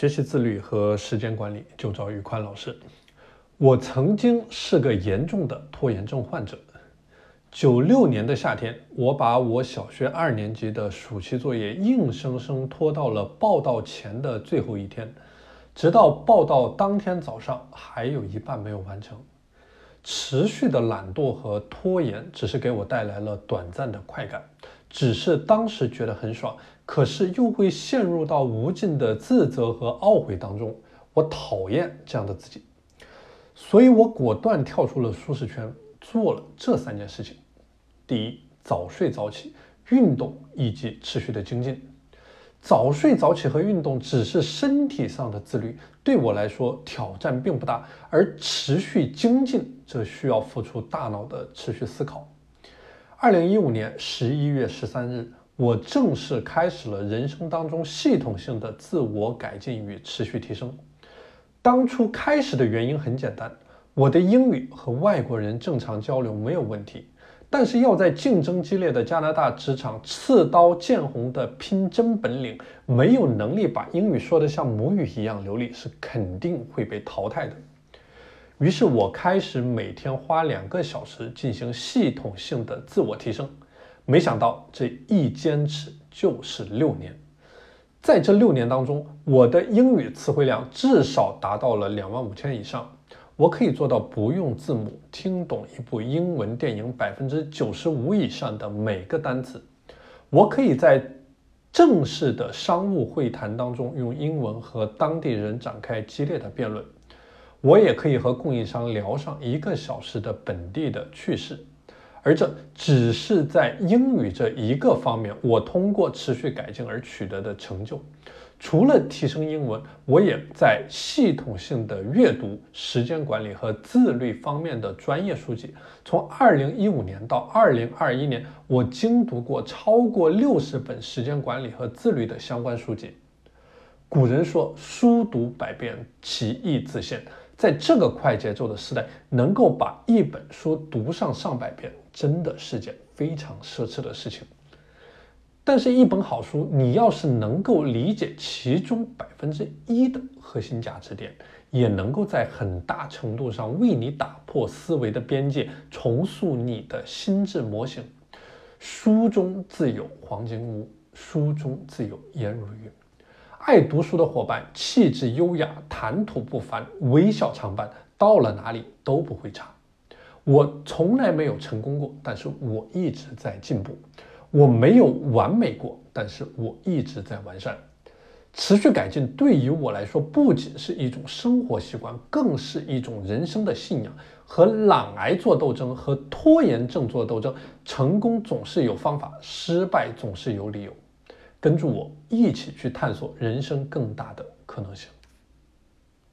学习自律和时间管理就找宇宽老师。我曾经是个严重的拖延症患者。96年的夏天，我把我小学2年级的暑期作业硬生生拖到了报到前的最后一天，直到报到当天早上还有一半没有完成。持续的懒惰和拖延只是给我带来了短暂的快感，只是当时觉得很爽，可是又会陷入到无尽的自责和懊悔当中。我讨厌这样的自己，所以我果断跳出了舒适圈，做了这3件事情。第一，早睡早起，运动以及持续的精进。早睡早起和运动只是身体上的自律，对我来说挑战并不大，而持续精进则需要付出大脑的持续思考。2015年11月13日，我正式开始了人生当中系统性的自我改进与持续提升。当初开始的原因很简单，我的英语和外国人正常交流没有问题，但是要在竞争激烈的加拿大职场刺刀见红的拼真本领，没有能力把英语说得像母语一样流利，是肯定会被淘汰的。于是我开始每天花2个小时进行系统性的自我提升，没想到这一坚持就是6年。在这6年当中，我的英语词汇量至少达到了25000以上。我可以做到不用字幕听懂一部英文电影95%以上的每个单词。我可以在正式的商务会谈当中用英文和当地人展开激烈的辩论。我也可以和供应商聊上1个小时的本地的趣事。而这只是在英语这一个方面，我通过持续改进而取得的成就。除了提升英文，我也在系统性的阅读时间管理和自律方面的专业书籍。从2015年到2021年，我精读过超过60本时间管理和自律的相关书籍。古人说，书读百遍，其义自现。在这个快节奏的时代，能够把一本书读上上百遍，真的是件非常奢侈的事情。但是一本好书，你要是能够理解其中1%的核心价值点，也能够在很大程度上为你打破思维的边界，重塑你的心智模型。书中自有黄金屋，书中自有颜如玉。爱读书的伙伴，气质优雅，谈吐不凡，微笑常伴，到了哪里都不会差。我从来没有成功过，但是我一直在进步。我没有完美过，但是我一直在完善。持续改进对于我来说，不仅是一种生活习惯，更是一种人生的信仰。和懒癌做斗争，和拖延症做斗争，成功总是有方法，失败总是有理由。跟着我一起去探索人生更大的可能性。